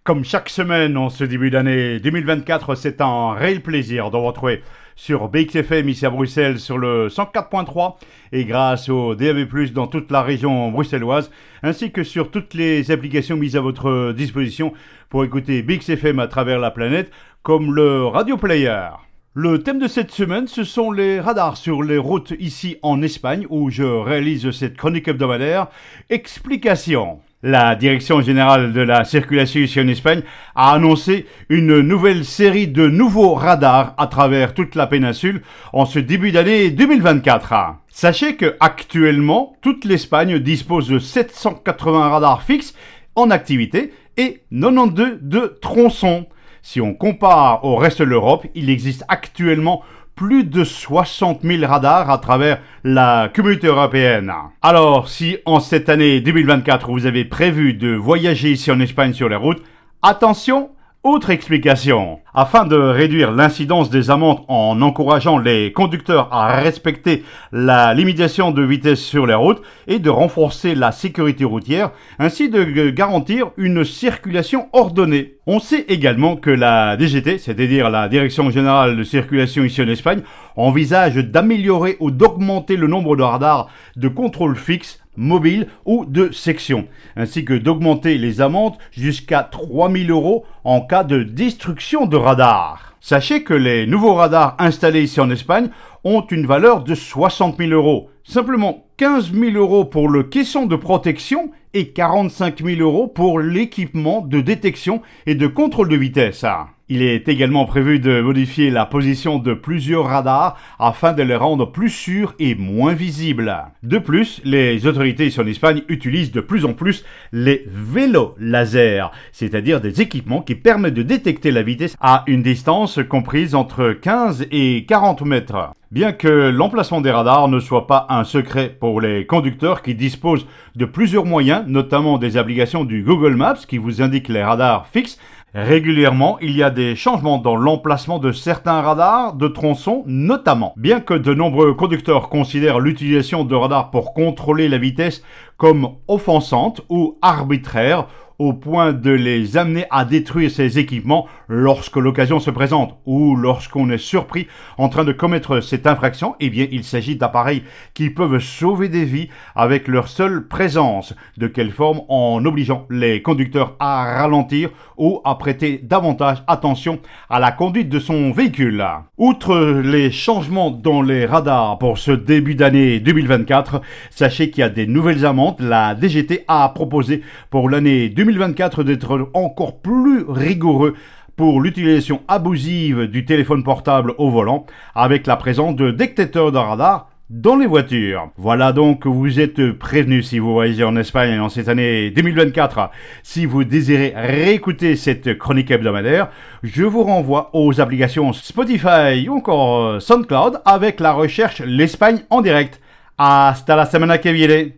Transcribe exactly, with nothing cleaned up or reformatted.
Comme chaque semaine en ce début d'année deux mille vingt-quatre, c'est un réel plaisir de vous retrouver sur B X F M ici à Bruxelles sur le cent quatre point trois et grâce au D A B plus, dans toute la région bruxelloise, ainsi que sur toutes les applications mises à votre disposition pour écouter B X F M à travers la planète, comme le Radio Player. Le thème de cette semaine, ce sont les radars sur les routes ici en Espagne, où je réalise cette chronique hebdomadaire. Explication. La Direction générale de la circulation ici en Espagne a annoncé une nouvelle série de nouveaux radars à travers toute la péninsule en ce début d'année deux mille vingt-quatre. Sachez que actuellement, toute l'Espagne dispose de sept cent quatre-vingts radars fixes en activité et quatre-vingt-douze de tronçons. Si on compare au reste de l'Europe, il existe actuellement plus de soixante mille radars à travers la communauté européenne. Alors, si en cette année deux mille vingt-quatre, vous avez prévu de voyager ici en Espagne sur les routes, attention, autre explication. Afin de réduire l'incidence des amendes en encourageant les conducteurs à respecter la limitation de vitesse sur les routes et de renforcer la sécurité routière, ainsi de garantir une circulation ordonnée. On sait également que la D G T, c'est-à-dire la Direction générale de circulation ici en Espagne, envisage d'améliorer ou d'augmenter le nombre de radars de contrôle fixe, mobile ou de section, ainsi que d'augmenter les amendes jusqu'à trois mille euros en cas de destruction de radars. Sachez que les nouveaux radars installés ici en Espagne ont une valeur de soixante mille euros. Simplement quinze mille euros pour le caisson de protection et quarante-cinq mille euros pour l'équipement de détection et de contrôle de vitesse. Il est également prévu de modifier la position de plusieurs radars afin de les rendre plus sûrs et moins visibles. De plus, les autorités ici en Espagne utilisent de plus en plus les vélos laser, c'est-à-dire des équipements qui permettent de détecter la vitesse à une distance comprise entre quinze et quarante mètres. Bien que l'emplacement des radars ne soit pas un secret pour les conducteurs qui disposent de plusieurs moyens, notamment des applications du Google Maps qui vous indiquent les radars fixes, régulièrement, il y a des changements dans l'emplacement de certains radars de tronçons notamment. Bien que de nombreux conducteurs considèrent l'utilisation de radars pour contrôler la vitesse comme offensante ou arbitraire, au point de les amener à détruire ces équipements lorsque l'occasion se présente ou lorsqu'on est surpris en train de commettre cette infraction, eh bien il s'agit d'appareils qui peuvent sauver des vies avec leur seule présence. De quelle forme? En obligeant les conducteurs à ralentir ou à prêter davantage attention à la conduite de son véhicule. Outre les changements dans les radars pour ce début d'année deux mille vingt-quatre, sachez qu'il y a des nouvelles amendes. La D G T a proposé pour l'année deux mille vingt-quatre d'être encore plus rigoureux pour l'utilisation abusive du téléphone portable au volant avec la présence de détecteurs de radar dans les voitures. Voilà donc, vous êtes prévenus si vous voyagez en Espagne en cette année deux mille vingt-quatre. Si vous désirez réécouter cette chronique hebdomadaire, je vous renvoie aux applications Spotify ou encore SoundCloud avec la recherche l'Espagne en direct. Hasta la semana que viene.